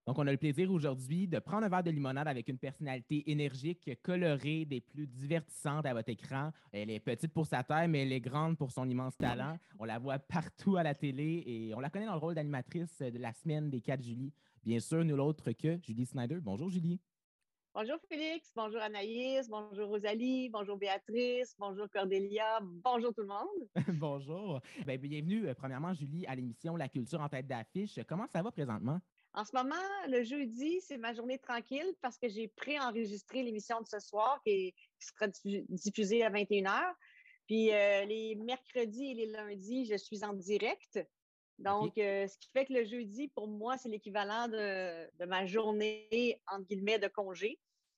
Donc, on a le plaisir aujourd'hui de prendre un verre de limonade avec une personnalité énergique, colorée, des plus divertissantes à votre écran. Elle est petite pour sa taille, mais elle est grande pour son immense talent. On la voit partout à la télé et on la connaît dans le rôle d'animatrice de la semaine des 4 Julie. Bien sûr, nul autre que Julie Snyder. Bonjour, Julie. Bonjour Félix, bonjour Anaïs, bonjour Rosalie, bonjour Béatrice, bonjour Cordélia, bonjour tout le monde. Bonjour. Ben, bienvenue, premièrement, Julie, à l'émission La culture en tête d'affiche. Comment ça va présentement? En ce moment, le jeudi, c'est ma journée tranquille parce que j'ai pré-enregistré l'émission de ce soir qui sera diffusée à 21h. Puis les mercredis et les lundis, je suis en direct. OK. Donc, ce qui fait que le jeudi, pour moi, c'est l'équivalent de ma journée, entre guillemets, de congé.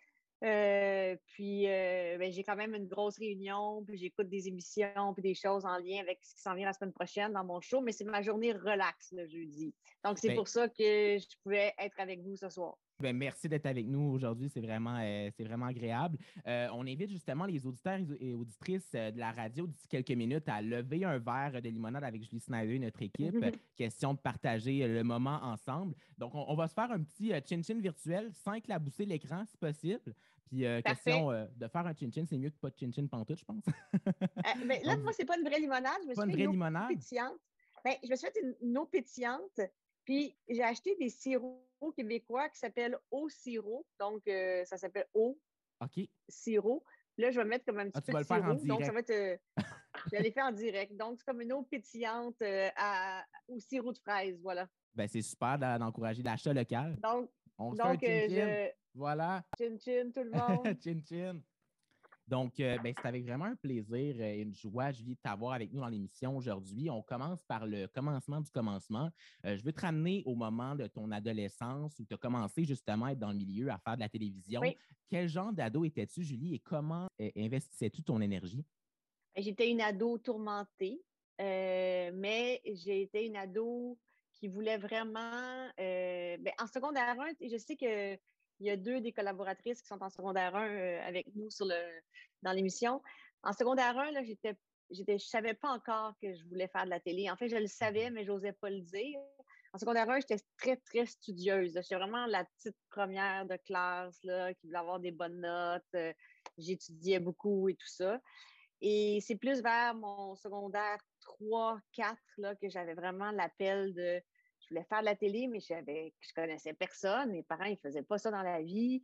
Puis, j'ai quand même une grosse réunion, puis j'écoute des émissions, puis des choses en lien avec ce qui s'en vient la semaine prochaine dans mon show, mais c'est ma journée relax le jeudi. Donc, c'est Ben, pour ça que je pouvais être avec vous ce soir. Ben, merci d'être avec nous aujourd'hui. C'est vraiment agréable. On invite justement les auditeurs et auditrices de la radio d'ici quelques minutes à lever un verre de limonade avec Julie Snyder et notre équipe. Question de partager le moment ensemble. Donc, on va se faire un petit chin-chin virtuel sans éclabousser l'écran si possible. Puis, question Parfait. de faire un chin-chin, c'est mieux que pas de chin-chin pantoute, je pense. Ben, là, Donc, moi, c'est pas une vraie limonade. Je me pas suis une fait vraie une eau limonade? pétillante. Ben, je me suis fait une eau pétillante, puis j'ai acheté des sirops québécois qui s'appellent Eau Sirop. Donc, ça s'appelle Eau OK. Sirop. Là, je vais mettre comme un Ah, petit tu peu vas de le faire en sirop. Donc, ça va direct. être. Je l'ai fait en direct. Donc, c'est comme une eau pétillante au sirop de fraise. Voilà. Ben, c'est super d'encourager l'achat local. Donc, On se fait un donc chin-chin. Voilà. chin chin tout le monde. Chin chin. Donc, ben, c'est avec vraiment un plaisir et une joie, Julie, de t'avoir avec nous dans l'émission aujourd'hui. On commence par le commencement du commencement. Je veux te ramener au moment de ton adolescence où tu as commencé justement à être dans le milieu, à faire de la télévision. Oui, Quel genre d'ado étais-tu, Julie, et comment investissais-tu ton énergie? j'étais une ado tourmentée, mais j'ai été une ado qui voulait vraiment. En secondaire 1, je sais qu'il y a deux des collaboratrices qui sont en secondaire 1 avec nous dans l'émission. En secondaire 1, là, je savais pas encore que je voulais faire de la télé. En fait, je le savais, mais j'osais pas le dire. En secondaire 1, j'étais très, très studieuse. J'étais vraiment la petite première de classe là, qui voulait avoir des bonnes notes. J'étudiais beaucoup et tout ça. Et c'est plus vers mon secondaire 3, 4 là, que j'avais vraiment l'appel de. Je voulais faire de la télé, mais je connaissais personne. Mes parents, ils ne faisaient pas ça dans la vie.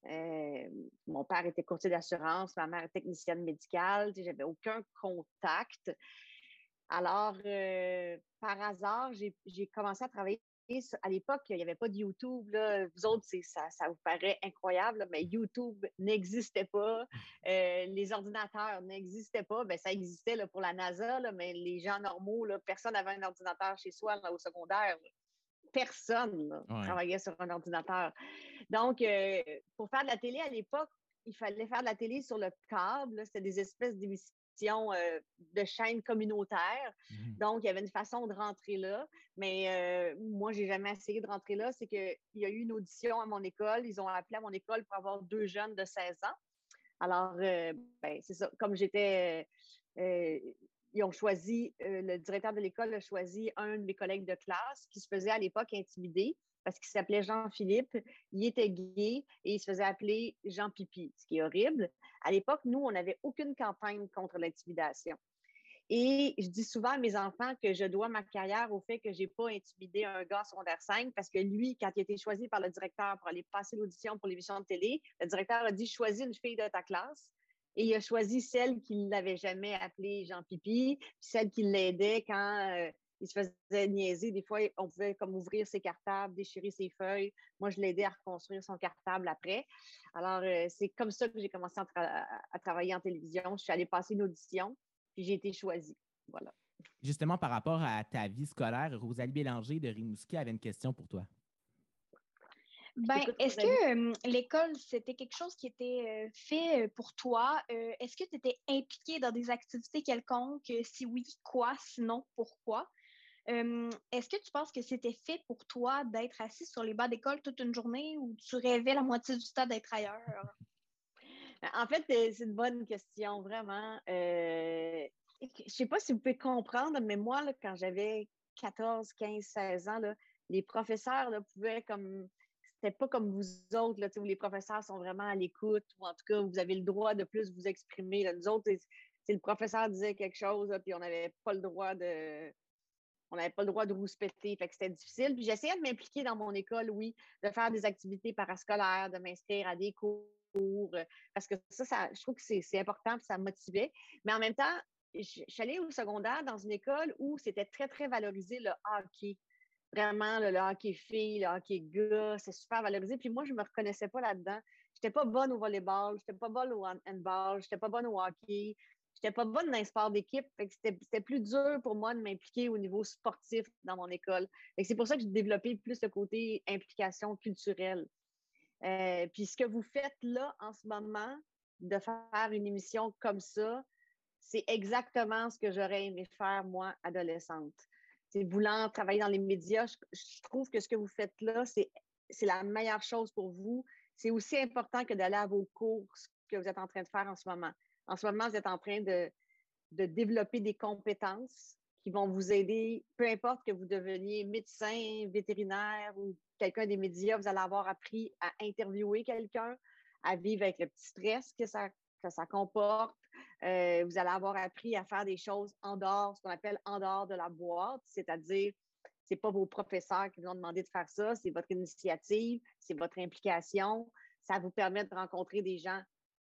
Mon père était courtier d'assurance, ma mère est technicienne médicale. Je n'avais aucun contact. Alors, par hasard, j'ai commencé à travailler. À l'époque, il n'y avait pas de YouTube. Là. Vous autres, ça vous paraît incroyable, là, mais YouTube n'existait pas. Les ordinateurs n'existaient pas. Ben, ça existait là, pour la NASA, là, mais les gens normaux, là, personne n'avait un ordinateur chez soi là, au secondaire. Là. Personne là, Ouais. travaillait sur un ordinateur. Donc, pour faire de la télé à l'époque, il fallait faire de la télé sur le câble. C'était des espèces d'émissions de chaînes communautaires. Mhm. Donc, il y avait une façon de rentrer là. Mais moi, j'ai jamais essayé de rentrer là. C'est qu'il y a eu une audition à mon école. Ils ont appelé à mon école pour avoir deux jeunes de 16 ans. Alors, c'est ça. Comme ils ont choisi, le directeur de l'école a choisi un de mes collègues de classe qui se faisait à l'époque intimider parce qu'il s'appelait Jean-Philippe. Il était gay et il se faisait appeler Jean Pipi, ce qui est horrible. À l'époque, nous, on n'avait aucune campagne contre l'intimidation. Et je dis souvent à mes enfants que je dois ma carrière au fait que j'ai pas intimidé un gars en secondaire 5 parce que lui, quand il a été choisi par le directeur pour aller passer l'audition pour l'émission de télé, le directeur a dit choisis une fille de ta classe. Et il a choisi celle qui ne l'avait jamais appelée Jean Pipi, celle qui l'aidait quand il se faisait niaiser. Des fois, on pouvait comme ouvrir ses cartables, déchirer ses feuilles. Moi, je l'aidais à reconstruire son cartable après. Alors, c'est comme ça que j'ai commencé à travailler en télévision. Je suis allée passer une audition puis j'ai été choisie. Voilà. Justement, par rapport à ta vie scolaire, Rosalie Bélanger de Rimouski avait une question pour toi. Je Ben, t'écoute, est-ce Rosalie. que l'école, c'était quelque chose qui était fait pour toi? Est-ce que tu étais impliqué dans des activités quelconques? Si oui, quoi? Sinon, pourquoi? Est-ce que tu penses que c'était fait pour toi d'être assis sur les bancs d'école toute une journée ou tu rêvais la moitié du temps d'être ailleurs? En fait, c'est une bonne question, vraiment. Je ne sais pas si vous pouvez comprendre, mais moi, là, quand j'avais 14, 15, 16 ans, là, les professeurs là, pouvaient comme c'était pas comme vous autres, là, où les professeurs sont vraiment à l'écoute, ou en tout cas, vous avez le droit de plus vous exprimer. Là. Nous autres, le professeur disait quelque chose, là, puis on n'avait pas le droit de rouspéter. Fait que c'était difficile. Puis j'essayais de m'impliquer dans mon école, oui, de faire des activités parascolaires, de m'inscrire à des cours, parce que ça je trouve que c'est important, puis ça me motivait. Mais en même temps, je suis allée au secondaire dans une école où c'était très, très valorisé le hockey. Vraiment, le hockey fille, le hockey gars, c'est super valorisé. Puis moi, je ne me reconnaissais pas là-dedans. Je n'étais pas bonne au volleyball, je n'étais pas bonne au handball, je n'étais pas bonne au hockey, je n'étais pas bonne dans les sports d'équipe. C'était plus dur pour moi de m'impliquer au niveau sportif dans mon école. C'est pour ça que j'ai développé plus le côté implication culturelle. Puis ce que vous faites là en ce moment, de faire une émission comme ça, c'est exactement ce que j'aurais aimé faire, moi, adolescente. Voulant travailler dans les médias, je trouve que ce que vous faites là, c'est la meilleure chose pour vous. C'est aussi important que d'aller à vos cours, ce que vous êtes en train de faire en ce moment. En ce moment, vous êtes en train de développer des compétences qui vont vous aider, peu importe que vous deveniez médecin, vétérinaire ou quelqu'un des médias, vous allez avoir appris à interviewer quelqu'un, à vivre avec le petit stress que ça comporte. Vous allez avoir appris à faire des choses en dehors, ce qu'on appelle en dehors de la boîte, c'est-à-dire, ce n'est pas vos professeurs qui vous ont demandé de faire ça, c'est votre initiative, c'est votre implication. Ça vous permet de rencontrer des gens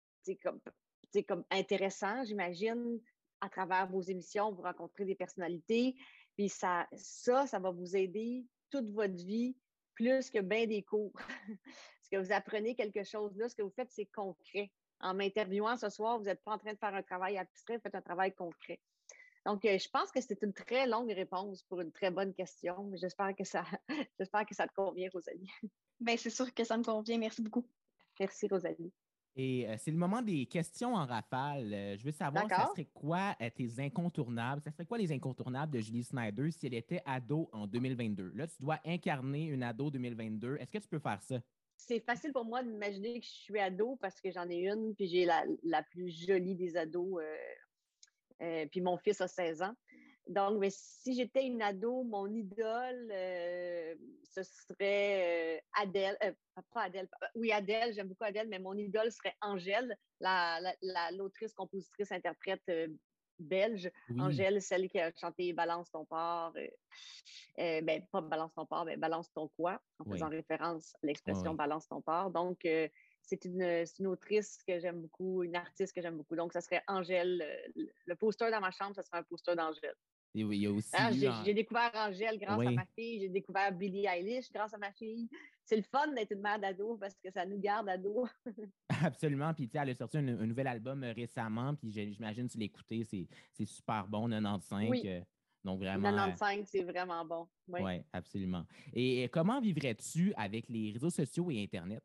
comme intéressants, j'imagine, à travers vos émissions, vous rencontrez des personnalités. Puis ça va vous aider toute votre vie, plus que bien des cours. Parce que vous apprenez quelque chose là, ce que vous faites, c'est concret. En m'interviewant ce soir, vous n'êtes pas en train de faire un travail abstrait, vous faites un travail concret. Donc, je pense que c'est une très longue réponse pour une très bonne question, mais j'espère que ça te convient, Rosalie. Bien, c'est sûr que ça me convient. Merci beaucoup. Merci, Rosalie. Et c'est le moment des questions en rafale. Je veux savoir, ça serait quoi tes incontournables? Ça serait quoi les incontournables de Julie Snyder si elle était ado en 2022? Là, tu dois incarner une ado 2022. Est-ce que tu peux faire ça? C'est facile pour moi d'imaginer que je suis ado parce que j'en ai une, puis j'ai la plus jolie des ados, puis mon fils a 16 ans. Donc, mais si j'étais une ado, mon idole, ce serait Adèle. Pas Adèle. Oui, Adèle, j'aime beaucoup Adèle, mais mon idole serait Angèle, l'autrice, compositrice, interprète belge. Oui. Angèle, celle qui a chanté Balance ton port. Ben, pas Balance ton port, mais Balance ton quoi, en faisant référence à l'expression Balance ton port. Donc, c'est une autrice que j'aime beaucoup, une artiste que j'aime beaucoup. Donc, ça serait Angèle. Le poster dans ma chambre, ça serait un poster d'Angèle. Et oui, il y a aussi j'ai découvert Angèle grâce à ma fille. J'ai découvert Billie Eilish grâce à ma fille. C'est le fun d'être une mère d'ado parce que ça nous garde ado. Absolument. Puis, tu sais, elle a sorti un nouvel album récemment. Puis, j'imagine que tu l'as écouté. C'est super bon, 95. Oui. Donc, vraiment. 95, c'est vraiment bon. Oui, ouais, absolument. Et comment vivrais-tu avec les réseaux sociaux et Internet?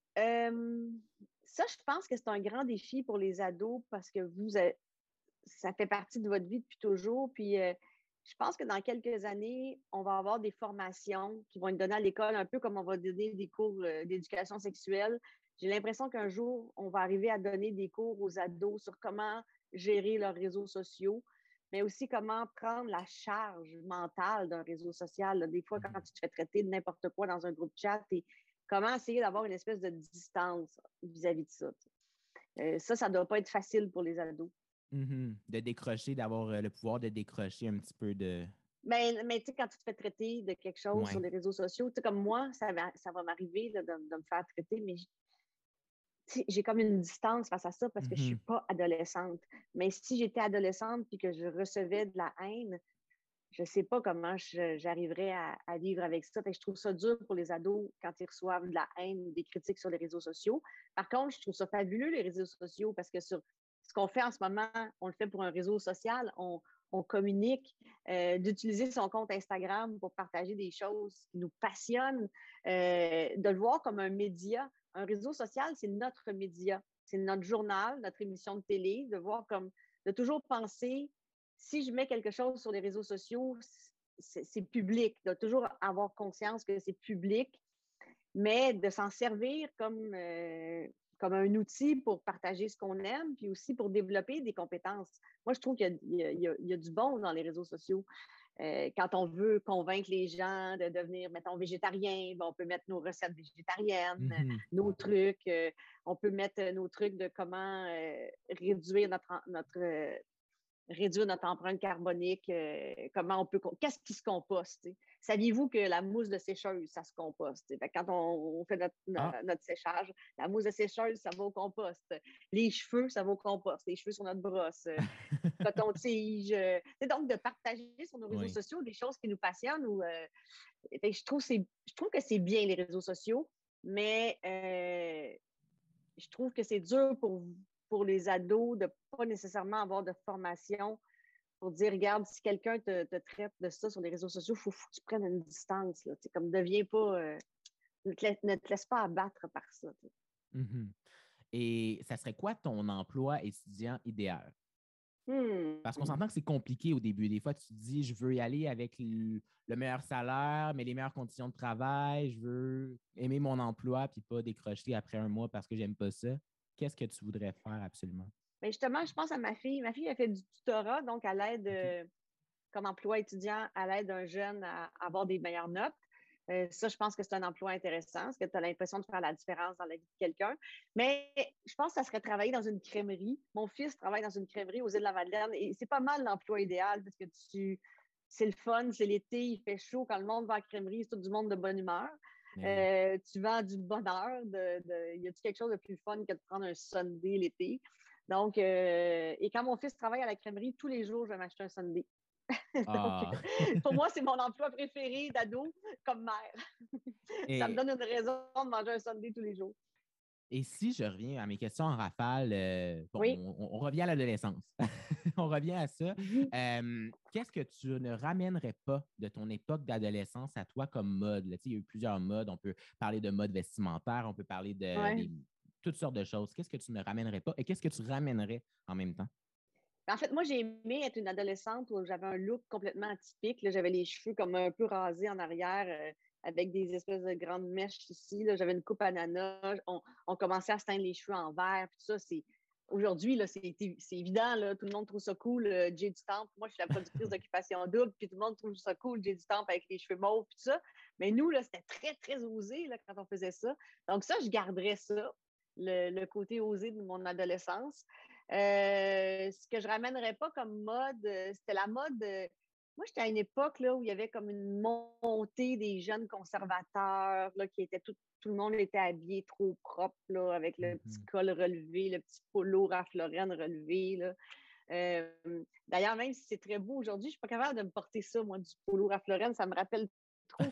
Ça, je pense que c'est un grand défi pour les ados parce que ça fait partie de votre vie depuis toujours. Puis, je pense que dans quelques années, on va avoir des formations qui vont être données à l'école, un peu comme on va donner des cours d'éducation sexuelle. J'ai l'impression qu'un jour, on va arriver à donner des cours aux ados sur comment gérer leurs réseaux sociaux, mais aussi comment prendre la charge mentale d'un réseau social. Là. Des fois, quand tu te fais traiter de n'importe quoi dans un groupe chat, et comment essayer d'avoir une espèce de distance vis-à-vis de ça. Ça ne doit pas être facile pour les ados. Mm-hmm. De décrocher, d'avoir le pouvoir de décrocher un petit peu de... Mais tu sais, quand tu te fais traiter de quelque chose sur les réseaux sociaux, tu sais, comme moi, ça va m'arriver là, de me faire traiter, mais j'ai comme une distance face à ça parce que je ne suis pas adolescente. Mais si j'étais adolescente et que je recevais de la haine, je ne sais pas comment j'arriverais à vivre avec ça. Fait que je trouve ça dur pour les ados quand ils reçoivent de la haine ou des critiques sur les réseaux sociaux. Par contre, je trouve ça fabuleux, les réseaux sociaux, parce que ce qu'on fait en ce moment, on le fait pour un réseau social, on communique, d'utiliser son compte Instagram pour partager des choses qui nous passionnent, de le voir comme un média. Un réseau social, c'est notre média. C'est notre journal, notre émission de télé, de toujours penser, si je mets quelque chose sur les réseaux sociaux, c'est public, de toujours avoir conscience que c'est public, mais de s'en servir comme un outil pour partager ce qu'on aime, puis aussi pour développer des compétences. Moi, je trouve qu'il y a du bon dans les réseaux sociaux. Quand on veut convaincre les gens de devenir, mettons, végétarien, on peut mettre nos recettes végétariennes, nos trucs. On peut mettre nos trucs de comment réduire réduire notre empreinte carbonique, qu'est-ce qui se composte? Saviez-vous que la mousse de sécheuse, ça se composte? Fait quand on fait notre séchage, la mousse de sécheuse, ça va au compost. Les cheveux, ça va au compost. Les cheveux sur notre brosse, coton-tige. Donc, de partager sur nos réseaux sociaux des choses qui nous passionnent. Je trouve que c'est bien, les réseaux sociaux, mais je trouve que c'est dur pour les ados de ne pas nécessairement avoir de formation pour dire, regarde, si quelqu'un te traite de ça sur les réseaux sociaux, il faut que tu prennes une distance. Là, comme deviens pas, ne te laisse pas abattre par ça. Et ça serait quoi ton emploi étudiant idéal? Parce qu'on s'entend que c'est compliqué au début. Des fois, tu te dis, je veux y aller avec le meilleur salaire, mais les meilleures conditions de travail. Je veux aimer mon emploi puis pas décrocher après un mois parce que j'aime pas ça. Qu'est-ce que tu voudrais faire absolument? Bien, justement, je pense à ma fille. Ma fille a fait du tutorat, donc à l'aide, comme emploi étudiant, à l'aide d'un jeune à avoir des meilleures notes. Ça, je pense que c'est un emploi intéressant parce que tu as l'impression de faire la différence dans la vie de quelqu'un. Mais je pense que ça serait travailler dans une crèmerie. Mon fils travaille dans une crèmerie aux Îles-de-la-Madeleine et c'est pas mal l'emploi idéal parce que c'est le fun, c'est l'été, il fait chaud. Quand le monde va à la crèmerie, c'est tout du monde de bonne humeur. Tu vends du bonheur. Y a-t-il quelque chose de plus fun que de prendre un sundae l'été? Donc, et quand mon fils travaille à la crèmerie, tous les jours, je vais m'acheter un sundae. Donc, pour moi, c'est mon emploi préféré d'ado comme mère. Ça me donne une raison de manger un sundae tous les jours. Et si je reviens à mes questions en rafale, on revient à l'adolescence. On revient à ça. Qu'est-ce que tu ne ramènerais pas de ton époque d'adolescence à toi comme mode? Là, il y a eu plusieurs modes. On peut parler de mode vestimentaire, on peut parler de toutes sortes de choses. Qu'est-ce que tu ne ramènerais pas et qu'est-ce que tu ramènerais en même temps? En fait, moi, j'ai aimé être une adolescente où j'avais un look complètement atypique. Là, j'avais les cheveux comme un peu rasés en arrière, avec des espèces de grandes mèches ici. Là, j'avais une coupe ananas. On commençait à se teindre les cheveux en vert. Tout ça, aujourd'hui, là, c'est évident. Là, tout le monde trouve ça cool. Jay du Temple. Moi, je suis la productrice d'Occupation Double. Puis tout le monde trouve ça cool, Jay du Temple avec les cheveux mauves. Tout ça. Mais nous, là, c'était très, très osé là, quand on faisait ça. Donc ça, je garderais ça, le côté osé de mon adolescence. Ce que je ramènerais pas comme mode, c'était la mode. Moi, j'étais à une époque là, où il y avait comme une montée des jeunes conservateurs, là, tout le monde était habillé trop propre, là, avec le petit col relevé, le petit polo Ralph Lauren relevé. Là. D'ailleurs, même si c'est très beau aujourd'hui, je ne suis pas capable de me porter ça, moi, du polo Ralph Lauren. Ça me rappelle trop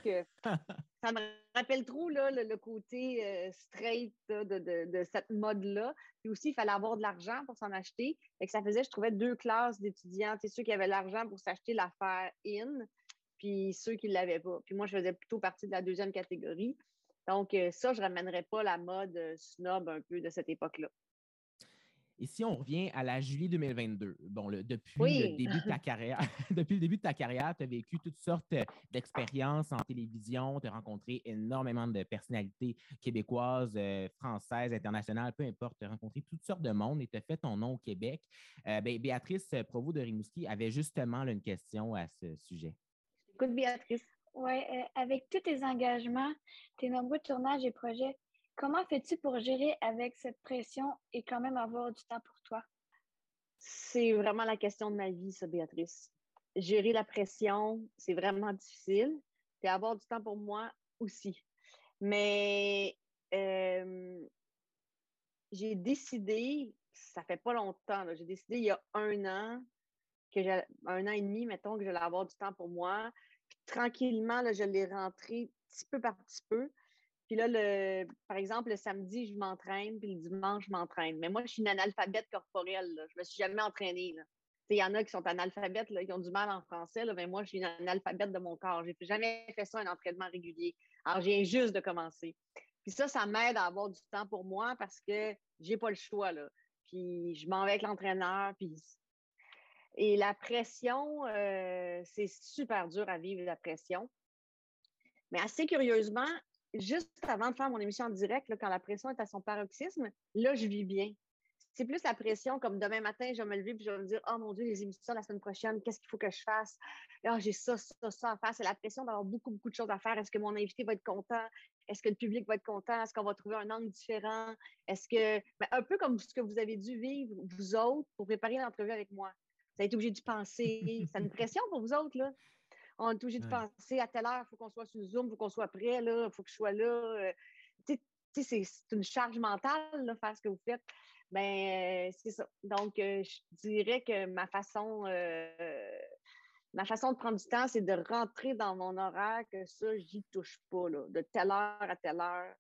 là, le côté straight là, de cette mode-là. Puis aussi, il fallait avoir de l'argent pour s'en acheter. Fait que ça faisait, je trouvais, deux classes d'étudiants. Ceux qui avaient l'argent pour s'acheter l'affaire in, puis ceux qui ne l'avaient pas. Puis moi, je faisais plutôt partie de la deuxième catégorie. Donc, ça, je ne ramènerais pas la mode snob un peu de cette époque-là. Et si on revient à la juillet 2022, depuis le début de ta carrière, tu as vécu toutes sortes d'expériences en télévision, tu as rencontré énormément de personnalités québécoises, françaises, internationales, peu importe, tu as rencontré toutes sortes de monde et tu as fait ton nom au Québec. Béatrice Provost de Rimouski avait justement une question à ce sujet. Écoute, Béatrice. Oui, avec tous tes engagements, tes nombreux tournages et projets, comment fais-tu pour gérer avec cette pression et quand même avoir du temps pour toi? C'est vraiment la question de ma vie, ça, Béatrice. Gérer la pression, c'est vraiment difficile. Et avoir du temps pour moi aussi. Mais j'ai décidé, ça fait pas longtemps, j'ai décidé il y a un an et demi, mettons, que j'allais avoir du temps pour moi. Puis tranquillement, là, je l'ai rentré petit peu par petit peu. Puis là, par exemple, le samedi, je m'entraîne, puis le dimanche, je m'entraîne. Mais moi, je suis une analphabète corporelle. Là. Je me suis jamais entraînée. Il y en a qui sont analphabètes, là, qui ont du mal en français, là, mais moi, je suis une analphabète de mon corps. Je n'ai jamais fait ça, un entraînement régulier. Alors, je viens juste de commencer. Puis ça m'aide à avoir du temps pour moi parce que j'ai pas le choix. Là. Puis je m'en vais avec l'entraîneur. Et la pression, c'est super dur à vivre, la pression. Mais assez curieusement, juste avant de faire mon émission en direct, là, quand la pression est à son paroxysme, là, je vis bien. c'est plus la pression, comme demain matin, je vais me lever et je vais me dire, oh mon Dieu, les émissions la semaine prochaine, qu'est-ce qu'il faut que je fasse? Ah, j'ai ça à faire. C'est la pression d'avoir beaucoup, beaucoup de choses à faire. Est-ce que mon invité va être content? Est-ce que le public va être content? Est-ce qu'on va trouver un angle différent? Est-ce que, ben, un peu comme ce que vous avez dû vivre, vous autres, pour préparer l'entrevue avec moi. Vous avez été obligé de penser. C'est une pression pour vous autres, là. On est obligé de penser à telle heure, il faut qu'on soit sur Zoom, il faut qu'on soit prêt, il faut que je sois là. C'est une charge mentale, là, faire ce que vous faites. Ben, c'est ça. Donc, je dirais que ma façon de prendre du temps, c'est de rentrer dans mon horaire que ça, j'y touche pas, là. De telle heure à telle heure.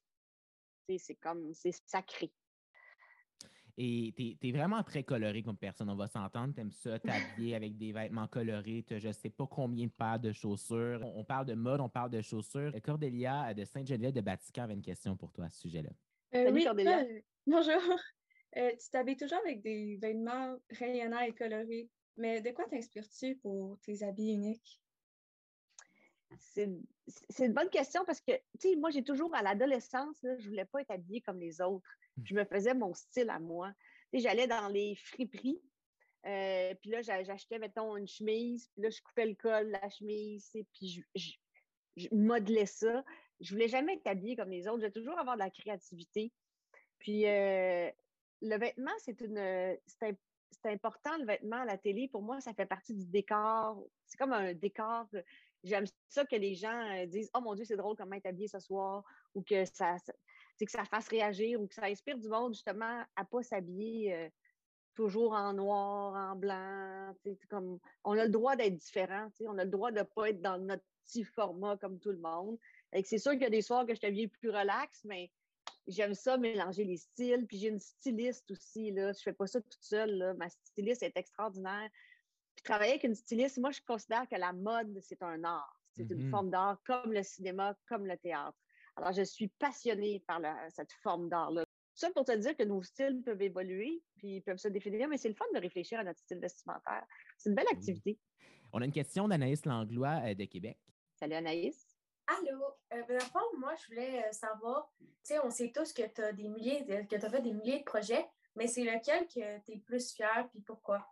C'est sacré. Et tu es vraiment très colorée comme personne, on va s'entendre. Tu aimes ça, t'habiller avec des vêtements colorés. Tu as je ne sais pas combien de paires de chaussures. On parle de mode, on parle de chaussures. Cordélia de Sainte-Geneviève de Vatican avait une question pour toi à ce sujet-là. Salut, Oui, Cordélia. Bonjour. Tu t'habilles toujours avec des vêtements rayonnants et colorés. Mais de quoi t'inspires-tu pour tes habits uniques? C'est une bonne question parce que, tu sais, moi, j'ai toujours, à l'adolescence, là, je ne voulais pas être habillée comme les autres. Je me faisais mon style à moi. Tu sais, j'allais dans les friperies, puis là, j'achetais, mettons, une chemise, puis là, je coupais le col de la chemise, puis je modelais ça. Je ne voulais jamais être habillée comme les autres. Je voulais toujours avoir de la créativité. Puis, le vêtement, c'est important, le vêtement à la télé. Pour moi, ça fait partie du décor. C'est comme un décor. J'aime ça que les gens disent « Oh mon Dieu, c'est drôle comment être habillé ce soir » ou que ça fasse réagir ou que ça inspire du monde justement à ne pas s'habiller toujours en noir, en blanc. Comme, on a le droit d'être différent. On a le droit de ne pas être dans notre petit format comme tout le monde. Et c'est sûr qu'il y a des soirs que je t'habille plus relax, mais j'aime ça mélanger les styles. Puis j'ai une styliste aussi. Là. Je ne fais pas ça toute seule. Là. Ma styliste est extraordinaire. Puis travailler avec une styliste, moi, je considère que la mode, c'est un art. C'est une forme d'art, comme le cinéma, comme le théâtre. Alors, je suis passionnée par cette forme d'art-là. Ça pour te dire que nos styles peuvent évoluer, puis peuvent se définir, mais c'est le fun de réfléchir à notre style vestimentaire. C'est une belle activité. On a une question d'Anaïs Langlois de Québec. Salut Anaïs. Allô, dans le fond, moi, je voulais savoir, tu sais, on sait tous que tu as fait des milliers de projets, mais c'est lequel que tu es plus fière, puis pourquoi?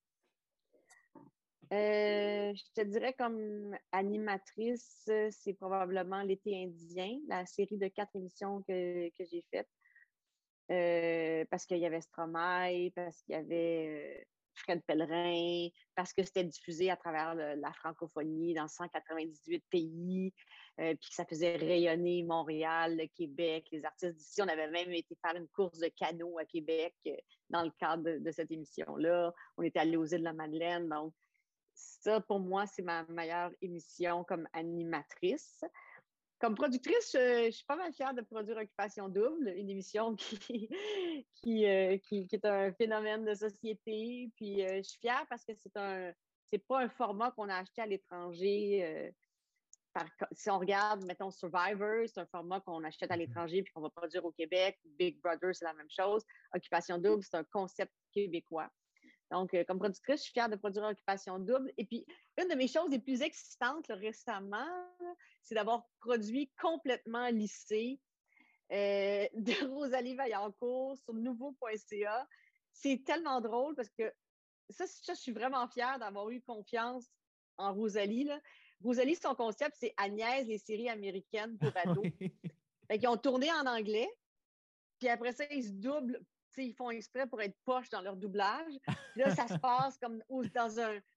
Je te dirais comme animatrice, c'est probablement L'été indien, la série de 4 émissions que j'ai faites. Parce qu'il y avait Stromae, parce qu'il y avait Fred Pellerin, parce que c'était diffusé à travers la francophonie dans 198 pays, puis que ça faisait rayonner Montréal, le Québec, les artistes d'ici. On avait même été faire une course de canot à Québec dans le cadre de cette émission-là. On était allé aux Îles-de-la-Madeleine, donc ça, pour moi, c'est ma meilleure émission comme animatrice. Comme productrice, je suis pas mal fière de produire Occupation Double, une émission qui est un phénomène de société. Puis je suis fière parce que c'est pas un format qu'on a acheté à l'étranger. Si on regarde, mettons, Survivor, c'est un format qu'on achète à l'étranger puis qu'on va produire au Québec. Big Brother, c'est la même chose. Occupation Double, c'est un concept québécois. Donc, comme productrice, je suis fière de produire Occupation Double. Et puis, une de mes choses les plus excitantes récemment, c'est d'avoir produit complètement lycée de Rosalie Vaillancourt sur nouveau.ca. C'est tellement drôle parce que ça, je suis vraiment fière d'avoir eu confiance en Rosalie. Là. Rosalie, son concept, c'est Agnès, les séries américaines pour ados. Fait qu'ils ont tourné en anglais, puis après ça, ils se doublent. Ils font exprès pour être poches dans leur doublage. Puis là, ça se passe comme dans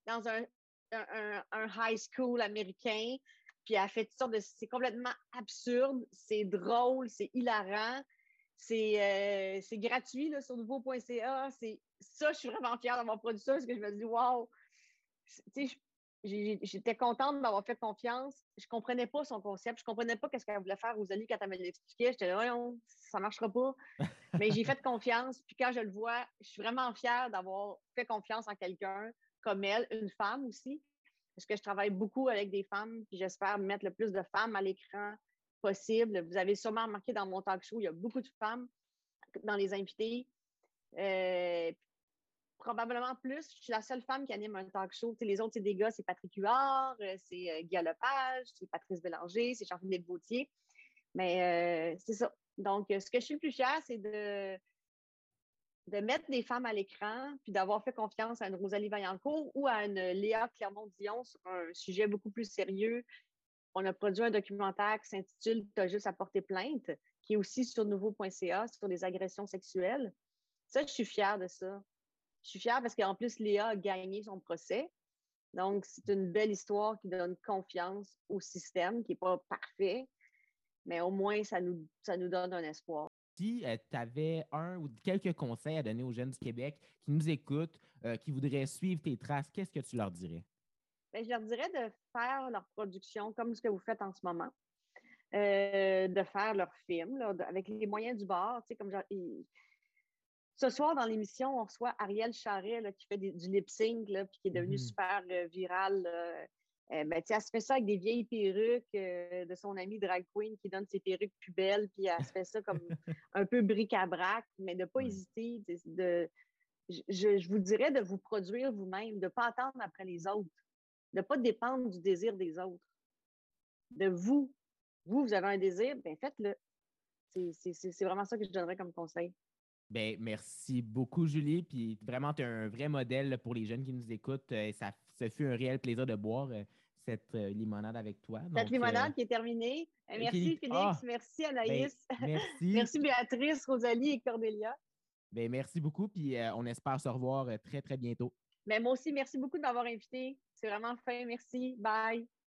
un high school américain. Puis elle fait toutes sortes de... C'est complètement absurde, c'est drôle, c'est hilarant. C'est gratuit là, sur nouveau.ca. Ça, je suis vraiment fière d'avoir produit ça parce que je me dis, wow! J'étais contente d'avoir fait confiance. Je ne comprenais pas son concept. Je ne comprenais pas ce qu'elle voulait faire, Rosalie, quand elle me l'expliquait. J'étais là, non, ça ne marchera pas. Mais j'ai fait confiance. Puis quand je le vois, je suis vraiment fière d'avoir fait confiance en quelqu'un comme elle, une femme aussi. Parce que je travaille beaucoup avec des femmes. Puis j'espère mettre le plus de femmes à l'écran possible. Vous avez sûrement remarqué dans mon talk show, il y a beaucoup de femmes dans les invités. Probablement plus. Je suis la seule femme qui anime un talk show. T'sais, les autres, c'est des gars, c'est Patrick Huard, c'est Guy Lepage, c'est Patrice Bélanger, c'est Jean-Philippe Gauthier. Mais c'est ça. Donc, ce que je suis le plus fière, c'est de mettre des femmes à l'écran, puis d'avoir fait confiance à une Rosalie Vaillancourt ou à une Léa Clermont-Dion sur un sujet beaucoup plus sérieux. On a produit un documentaire qui s'intitule « T'as juste à porter plainte », qui est aussi sur nouveau.ca, sur les agressions sexuelles. Ça, je suis fière de ça. Je suis fière parce qu'en plus, Léa a gagné son procès. Donc, c'est une belle histoire qui donne confiance au système, qui n'est pas parfait, mais au moins, ça nous donne un espoir. Si tu avais un ou quelques conseils à donner aux jeunes du Québec qui nous écoutent, qui voudraient suivre tes traces, qu'est-ce que tu leur dirais? Bien, je leur dirais de faire leur production comme ce que vous faites en ce moment, de faire leur film là, avec les moyens du bord. Tu sais, comme ce soir, dans l'émission, on reçoit Ariel Charret là, qui fait du lip-sync puis qui est devenu super viral. Ben, elle se fait ça avec des vieilles perruques de son amie drag queen qui donne ses perruques plus belles, puis elle se fait ça comme un peu bric-à-brac, mais de ne pas hésiter. Je vous dirais de vous produire vous-même, de ne pas attendre après les autres, de ne pas dépendre du désir des autres. De vous. Vous avez un désir, bien faites-le. C'est vraiment ça que je donnerais comme conseil. Bien, merci beaucoup, Julie. Puis vraiment, tu es un vrai modèle là, pour les jeunes qui nous écoutent. Ça fut un réel plaisir de boire cette limonade avec toi. Cette limonade qui est terminée. Merci, Félix. Merci, Anaïs. Ben, merci. Merci, Béatrice, Rosalie et Cordélia. Ben, merci beaucoup. Puis on espère se revoir très, très bientôt. Ben, moi aussi, merci beaucoup de m'avoir invité. C'est vraiment fin. Merci. Bye.